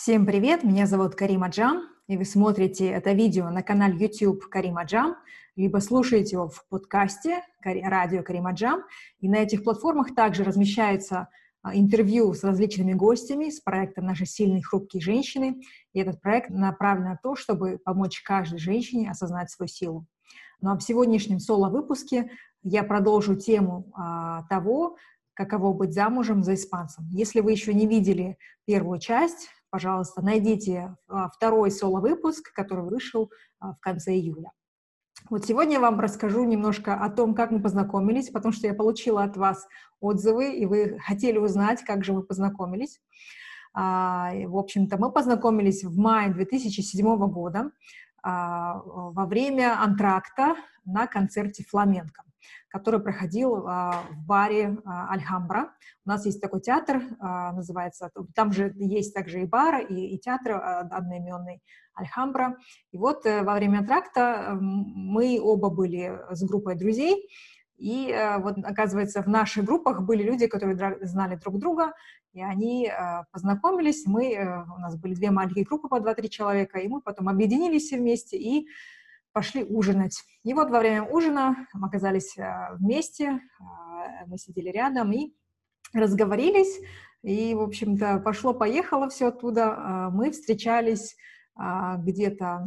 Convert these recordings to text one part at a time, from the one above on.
Всем привет, меня зовут Карима Джам, и вы смотрите это видео на канале YouTube Карима Джам, либо слушаете его в подкасте радио Карима Джам, и на этих платформах также размещается интервью с различными гостями с проектом «Наши сильные хрупкие женщины», и этот проект направлен на то, чтобы помочь каждой женщине осознать свою силу. Ну а в сегодняшнем соло-выпуске я продолжу тему того, каково быть замужем за испанцем. Если вы еще не видели первую часть, пожалуйста, найдите второй соло-выпуск, который вышел в конце июля. Вот сегодня я вам расскажу немножко о том, как мы познакомились, потому что я получила от вас отзывы, и вы хотели узнать, как же мы познакомились. В общем-то, мы познакомились в мае 2007 года во время антракта на концерте фламенко, который проходил в баре «Альхамбра». У нас есть такой театр, называется, там же есть также и бар, и театр одноименный «Альхамбра». И вот во время антракта мы оба были с группой друзей, и вот, оказывается, в наших группах были люди, которые знали друг друга, и они познакомились. У нас были две маленькие группы по 2-3 человека, и мы потом объединились все вместе и пошли ужинать. И вот во время ужина мы оказались вместе, мы сидели рядом и разговорились, и, в общем-то, пошло-поехало все оттуда. Мы встречались где-то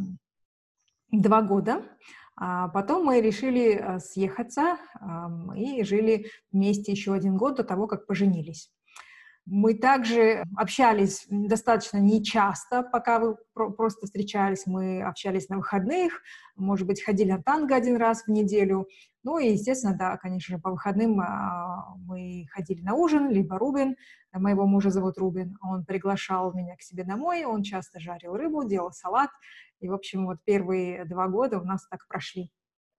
2 года, потом мы решили съехаться и жили вместе еще 1 год до того, как поженились. Мы также общались достаточно нечасто, пока вы просто встречались. Мы общались на выходных, может быть, ходили на танго 1 раз в неделю. Ну и, естественно, да, конечно же, по выходным мы ходили на ужин, либо Рубин, моего мужа зовут Рубин, он приглашал меня к себе домой, он часто жарил рыбу, делал салат. И, в общем, вот первые 2 года у нас так прошли.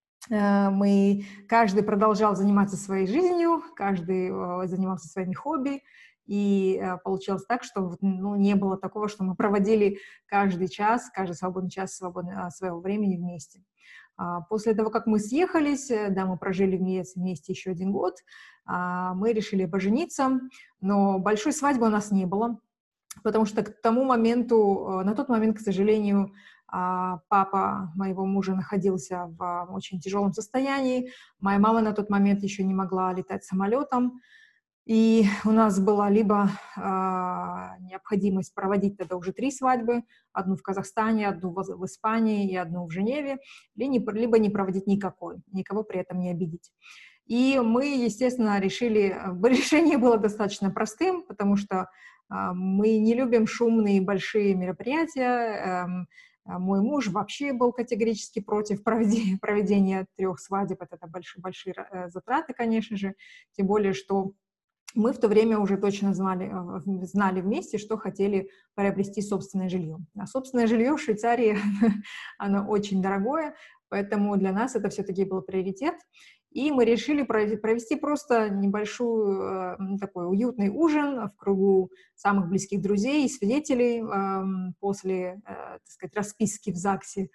Каждый продолжал заниматься своей жизнью, каждый занимался своими хобби, и получилось так, что не было такого, что мы проводили каждый свободный час своего времени вместе. После того, как мы съехались, да, мы прожили вместе еще 1 год, мы решили пожениться, но большой свадьбы у нас не было, потому что на тот момент, к сожалению, папа моего мужа находился в очень тяжелом состоянии, моя мама на тот момент еще не могла летать самолетом, и у нас была либо необходимость проводить тогда уже 3 свадьбы, 1 в Казахстане, 1 в Испании и 1 в Женеве, либо не проводить никакой, никого при этом не обидеть. И мы, естественно, решение было достаточно простым, потому что мы не любим шумные большие мероприятия. Мой муж вообще был категорически против проведения 3 свадеб. Это большие затраты, конечно же, тем более, что мы в то время уже точно знали вместе, что хотели приобрести собственное жилье. А собственное жилье в Швейцарии, оно очень дорогое, поэтому для нас это все-таки был приоритет. И мы решили провести просто небольшой такой уютный ужин в кругу самых близких друзей и свидетелей после, так сказать, расписки в ЗАГСе.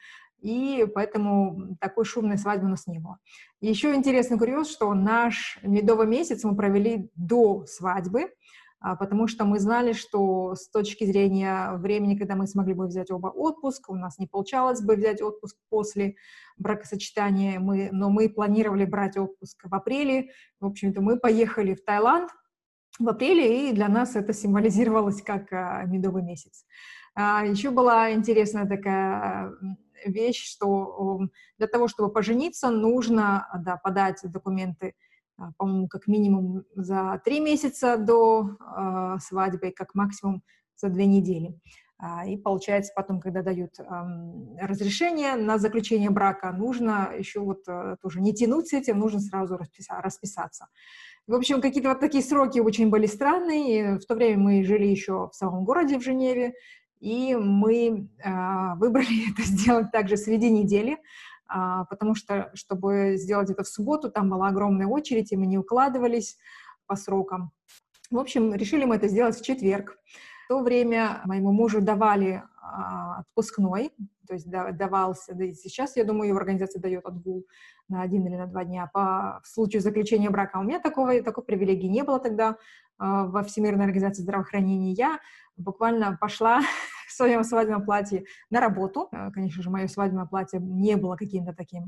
И поэтому такой шумной свадьбы у нас не было. Еще интересный курьез, что наш медовый месяц мы провели до свадьбы, потому что мы знали, что с точки зрения времени, когда мы смогли бы взять оба отпуск, у нас не получалось бы взять отпуск после бракосочетания, но мы планировали брать отпуск в апреле. В общем-то, мы поехали в Таиланд в апреле, и для нас это символизировалось как медовый месяц. Еще была интересная такая вещь, что для того, чтобы пожениться, нужно подать документы, по-моему, как минимум за 3 месяца до свадьбы, как максимум за 2 недели. И получается потом, когда дают разрешение на заключение брака, нужно еще тоже не тянуть с этим, нужно сразу расписаться. В общем, какие-то вот такие сроки очень были странные. И в то время мы жили еще в самом городе, в Женеве, и мы выбрали это сделать также среди недели, потому что, чтобы сделать это в субботу, там была огромная очередь, и мы не укладывались по срокам. В общем, решили мы это сделать в четверг. В то время моему мужу давали отпускной, то есть давался, да и сейчас, я думаю, его организация дает отгул на 1 или на 2 дня в случае заключения брака. У меня такой привилегии не было тогда во Всемирной организации здравоохранения. Я буквально пошла в своем свадебном платье на работу. Конечно же, мое свадебное платье не было каким-то таким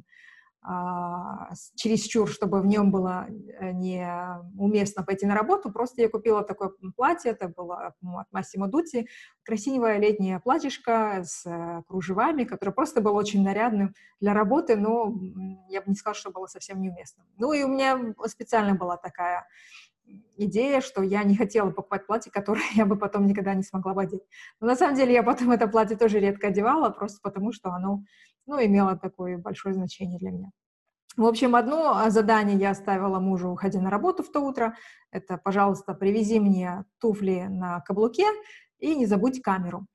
чересчур, чтобы в нем было неуместно пойти на работу. Просто я купила такое платье, это было от Massimo Dutti, красивое летнее платьишко с кружевами, которое просто было очень нарядным для работы, но я бы не сказала, что было совсем неуместным. Ну и у меня специально была такая идея, что я не хотела покупать платье, которое я бы потом никогда не смогла бы одеть. Но на самом деле я потом это платье тоже редко одевала, просто потому что оно, имело такое большое значение для меня. В общем, одно задание я оставила мужу, уходя на работу в то утро. Это, пожалуйста, привези мне туфли на каблуке и не забудь камеру.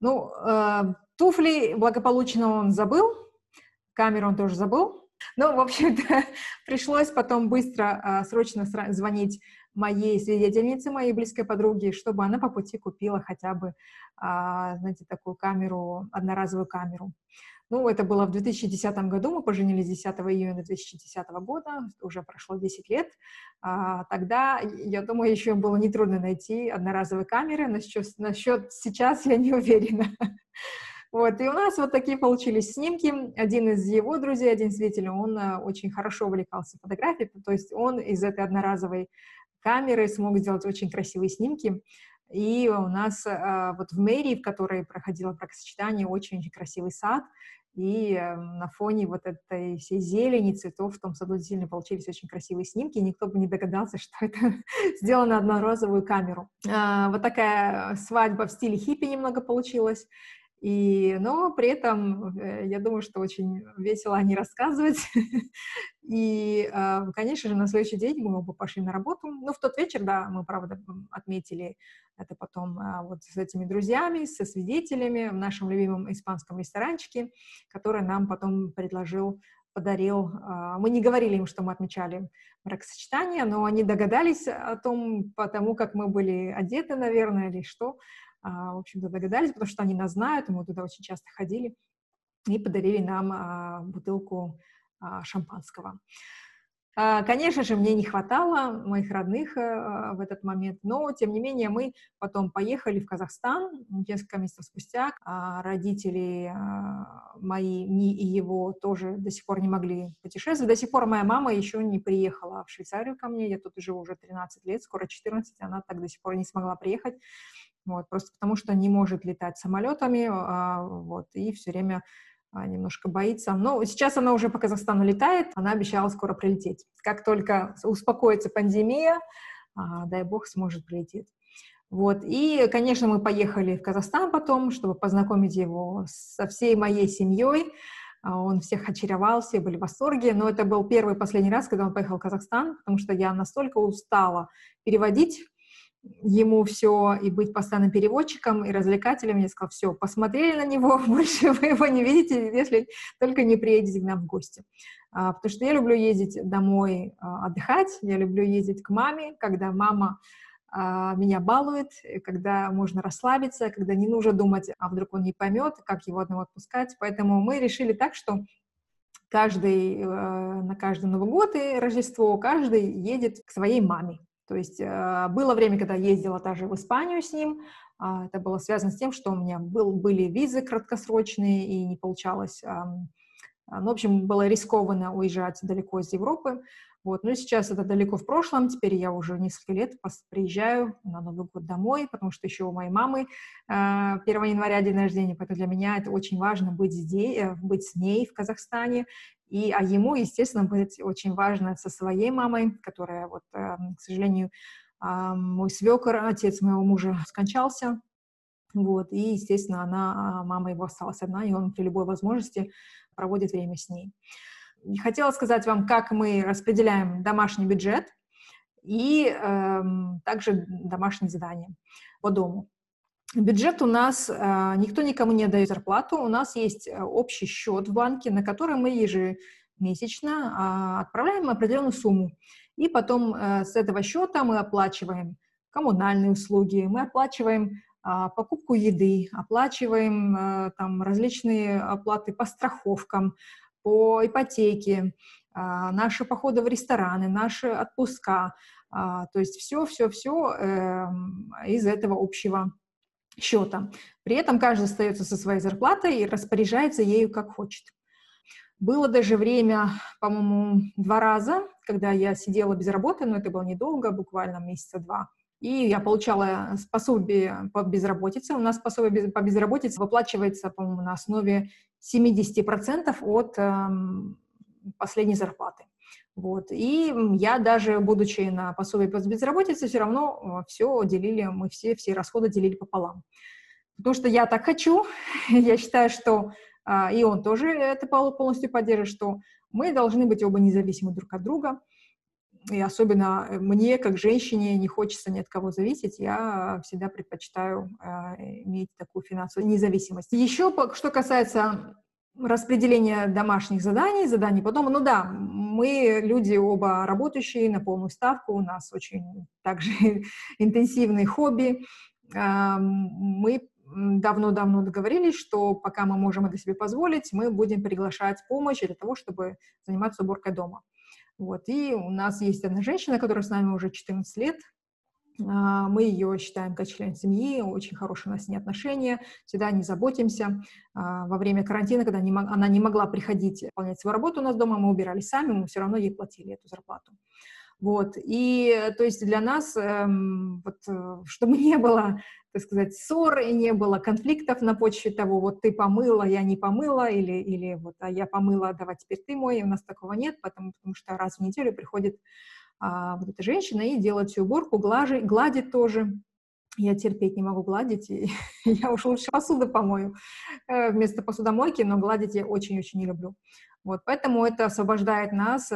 Туфли благополучно он забыл, камеру он тоже забыл. В общем-то, пришлось потом быстро, срочно звонить моей свидетельнице, моей близкой подруге, чтобы она по пути купила хотя бы, знаете, такую камеру, одноразовую камеру. Это было в 2010 году, мы поженились 10 июня 2010 года, уже прошло 10 лет. Тогда, я думаю, еще было нетрудно найти одноразовые камеры, насчет сейчас я не уверена. И у нас такие получились снимки. Один из его друзей, один свидетель, он очень хорошо увлекался фотографией, то есть он из этой одноразовой камеры смог сделать очень красивые снимки. И у нас в мэрии, в которой проходило бракосочетание, очень-очень красивый сад, и на фоне этой всей зелени, цветов в том саду действительно получились очень красивые снимки, и никто бы не догадался, что это сделано на одноразовую камеру. Такая свадьба в стиле хиппи немного получилась. Но при этом, я думаю, что очень весело они рассказывают. И, конечно же, на следующий день мы оба пошли на работу. В тот вечер, да, мы, правда, отметили это потом с этими друзьями, со свидетелями в нашем любимом испанском ресторанчике, который нам потом подарил. Мы не говорили им, что мы отмечали бракосочетание, но они догадались о том, потому как мы были одеты, наверное, или что. В общем-то, догадались, потому что они нас знают, мы туда очень часто ходили, и подарили нам бутылку шампанского. Конечно же, мне не хватало моих родных в этот момент, но, тем не менее, мы потом поехали в Казахстан несколько месяцев спустя. Родители мои и его тоже до сих пор не могли путешествовать. До сих пор моя мама еще не приехала в Швейцарию ко мне. Я тут живу уже 13 лет, скоро 14, она так до сих пор не смогла приехать. Просто потому что не может летать самолетами, и все время немножко боится. Но сейчас она уже по Казахстану летает, она обещала скоро прилететь. Как только успокоится пандемия, дай бог, сможет прилететь. И, конечно, мы поехали в Казахстан потом, чтобы познакомить его со всей моей семьей. Он всех очаровал, все были в восторге, но это был первый и последний раз, когда он поехал в Казахстан, потому что я настолько устала переводить ему все и быть постоянным переводчиком и развлекателем. Я сказала: все, посмотрели на него, больше вы его не видите, если только не приедете к нам в гости. Потому что я люблю ездить домой отдыхать, я люблю ездить к маме, когда мама меня балует, когда можно расслабиться, когда не нужно думать, а вдруг он не поймет, как его одного отпускать. Поэтому мы решили так, что на каждый Новый год и Рождество каждый едет к своей маме. То есть было время, когда ездила даже в Испанию с ним. Это было связано с тем, что у меня были визы краткосрочные и не получалось. В общем, было рискованно уезжать далеко из Европы. Но сейчас это далеко в прошлом. Теперь я уже несколько лет приезжаю на Новый год домой, потому что еще у моей мамы 1 января день рождения. Поэтому для меня это очень важно быть здесь, быть с ней в Казахстане. А ему, естественно, быть очень важно со своей мамой, которая, к сожалению, мой свекор, отец моего мужа, скончался. И, естественно, мама его осталась одна, и он при любой возможности проводит время с ней. Хотела сказать вам, как мы распределяем домашний бюджет и также домашние задания по дому. Бюджет у нас, никто никому не дает зарплату, у нас есть общий счет в банке, на который мы ежемесячно отправляем определенную сумму. И потом с этого счета мы оплачиваем коммунальные услуги, мы оплачиваем покупку еды, оплачиваем различные оплаты по страховкам, по ипотеке, наши походы в рестораны, наши отпуска, то есть все из этого общего счета. При этом каждый остается со своей зарплатой и распоряжается ею как хочет. Было даже время, по-моему, 2 раза, когда я сидела без работы, но это было недолго, буквально месяца 2. И я получала пособие по безработице. У нас пособие по безработице выплачивается, по-моему, на основе 70% от последней зарплаты. Вот. И я даже, будучи на пособии по безработице, все равно все делили, мы все расходы делили пополам. Потому что я так хочу, я считаю, что и он тоже это полностью поддерживает, что мы должны быть оба независимы друг от друга. И особенно мне, как женщине, не хочется ни от кого зависеть. Я всегда предпочитаю иметь такую финансовую независимость. Еще, что касается распределения домашних заданий по дому, ну да, мы люди оба работающие на полную ставку, у нас очень также интенсивные хобби. Мы давно-давно договорились, что пока мы можем это себе позволить, мы будем приглашать помощь для того, чтобы заниматься уборкой дома. Вот. И у нас есть одна женщина, которая с нами уже 14 лет. Мы ее считаем как член семьи, очень хорошие у нас с ней отношения, всегда о ней заботимся. Во время карантина, когда она не могла приходить выполнять свою работу у нас дома, мы убирали сами, мы все равно ей платили эту зарплату. Вот. И, то есть, для нас, чтобы не было, так сказать, ссор и не было конфликтов на почве того, вот ты помыла, я не помыла, или вот, а я помыла, давай теперь ты мой, у нас такого нет, потому что раз в неделю приходит вот эта женщина и делает всю уборку, гладит тоже. Я терпеть не могу гладить, и я уж лучше посуду помою вместо посудомойки, но гладить я очень-очень не люблю. Вот, поэтому это освобождает нас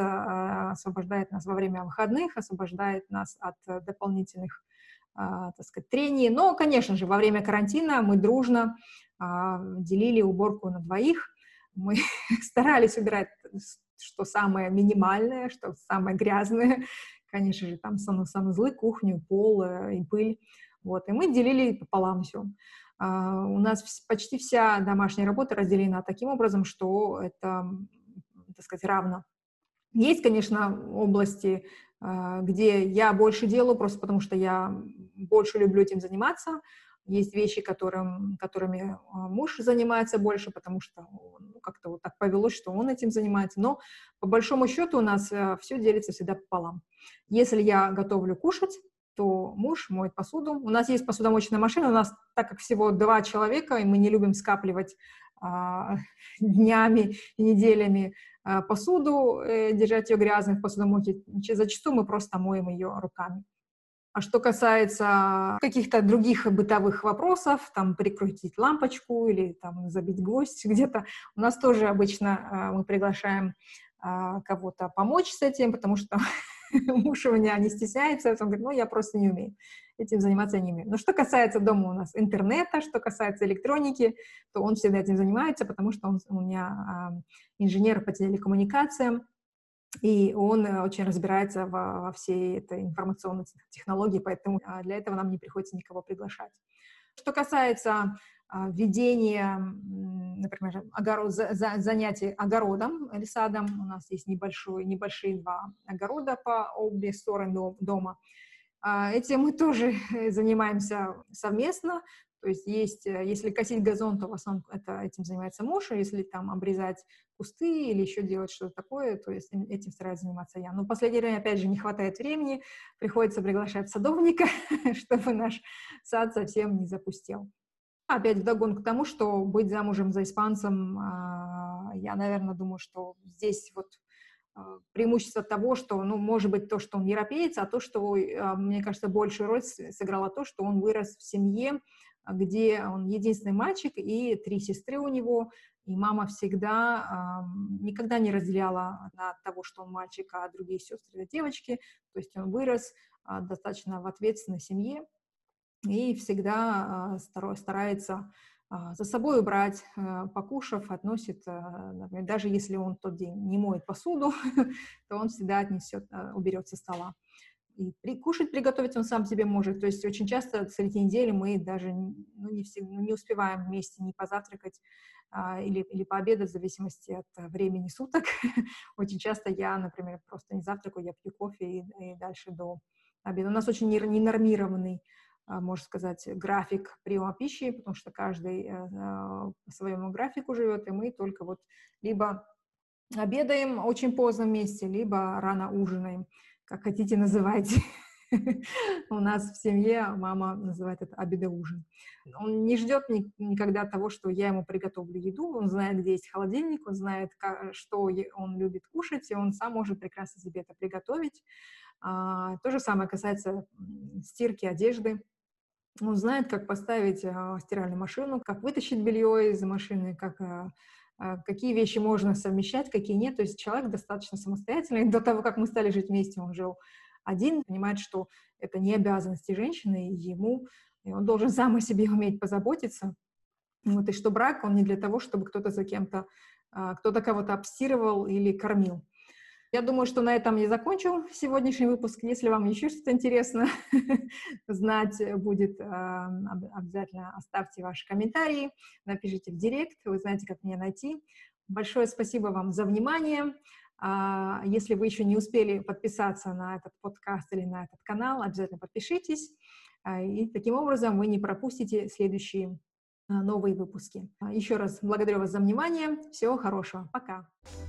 во время выходных, освобождает нас от дополнительных, так сказать, трений. Но, конечно же, во время карантина мы дружно делили уборку на двоих. Мы старались убирать, что самое минимальное, что самое грязное. Конечно же, там санузлы, кухню, пол и пыль. Вот, и мы делили пополам все. У нас почти вся домашняя работа разделена таким образом, что это, так сказать, равно. Есть, конечно, области, где я больше делаю, просто потому что я больше люблю этим заниматься. Есть вещи, которыми муж занимается больше, потому что как-то вот так повелось, что он этим занимается. Но по большому счету у нас все делится всегда пополам. Если я готовлю кушать, то муж моет посуду. У нас есть посудомоечная машина, у нас, так как всего 2 человека, и мы не любим скапливать днями и неделями посуду, держать ее грязной в посудомойке, зачастую мы просто моем ее руками. А что касается каких-то других бытовых вопросов, там прикрутить лампочку или там забить гвоздь где-то, у нас тоже обычно мы приглашаем кого-то помочь с этим, потому что муж у меня не стесняется, он говорит, ну, я просто не умею. Этим заниматься я не умею. Но что касается дома у нас интернета, что касается электроники, то он всегда этим занимается, потому что он у меня инженер по телекоммуникациям, и он очень разбирается во всей этой информационной технологии, поэтому для этого нам не приходится никого приглашать. Что касается ведения, например, занятий огородом или садом, у нас есть небольшие 2 огорода по обе стороны дома. Этим мы тоже занимаемся совместно. То есть если косить газон, то в основном этим занимается муж, а если там обрезать кусты или еще делать что-то такое, то есть этим стараюсь заниматься я. Но в последнее время, опять же, не хватает времени, приходится приглашать садовника, чтобы наш сад совсем не запустел. Опять вдогонку к тому, что быть замужем за испанцем, я, наверное, думаю, что здесь вот преимущество того, что, ну, может быть, то, что он европеец, а то, что, мне кажется, большую роль сыграло то, что он вырос в семье, где он единственный мальчик и 3 сестры у него, и мама всегда, никогда не разделяла от того, что он мальчик, а другие сестры — это девочки, то есть он вырос достаточно в ответственной семье и всегда старается за собой убрать, покушав, относит, например, даже если он в тот день не моет посуду, то он всегда отнесет, уберет со стола. И кушать приготовить он сам себе может. То есть очень часто среди недели мы даже не успеваем вместе ни позавтракать или пообедать, в зависимости от времени суток. Очень часто я, например, просто не завтракаю, я пью кофе и дальше до обеда. У нас очень ненормированный можно сказать, график приема пищи, потому что каждый по своему графику живет, и мы только вот либо обедаем очень поздно вместе, либо рано ужинаем, как хотите называйте. У нас в семье мама называет это обедоужин. Он не ждет никогда того, что я ему приготовлю еду, он знает, где есть холодильник, он знает, что он любит кушать, и он сам может прекрасно себе это приготовить. То же самое касается стирки одежды. Он знает, как поставить стиральную машину, как вытащить белье из машины, какие вещи можно совмещать, какие нет. То есть человек достаточно самостоятельный. До того, как мы стали жить вместе, он жил один, понимает, что это не обязанности женщины, и он должен сам о себе уметь позаботиться. Вот, и что брак, он не для того, чтобы кто-то за кем-то, кто-то кого-то обстирывал или кормил. Я думаю, что на этом я закончу сегодняшний выпуск. Если вам еще что-то интересно знать будет, обязательно оставьте ваши комментарии, напишите в директ, вы знаете, как меня найти. Большое спасибо вам за внимание. Если вы еще не успели подписаться на этот подкаст или на этот канал, обязательно подпишитесь. И таким образом вы не пропустите следующие новые выпуски. Еще раз благодарю вас за внимание. Всего хорошего. Пока.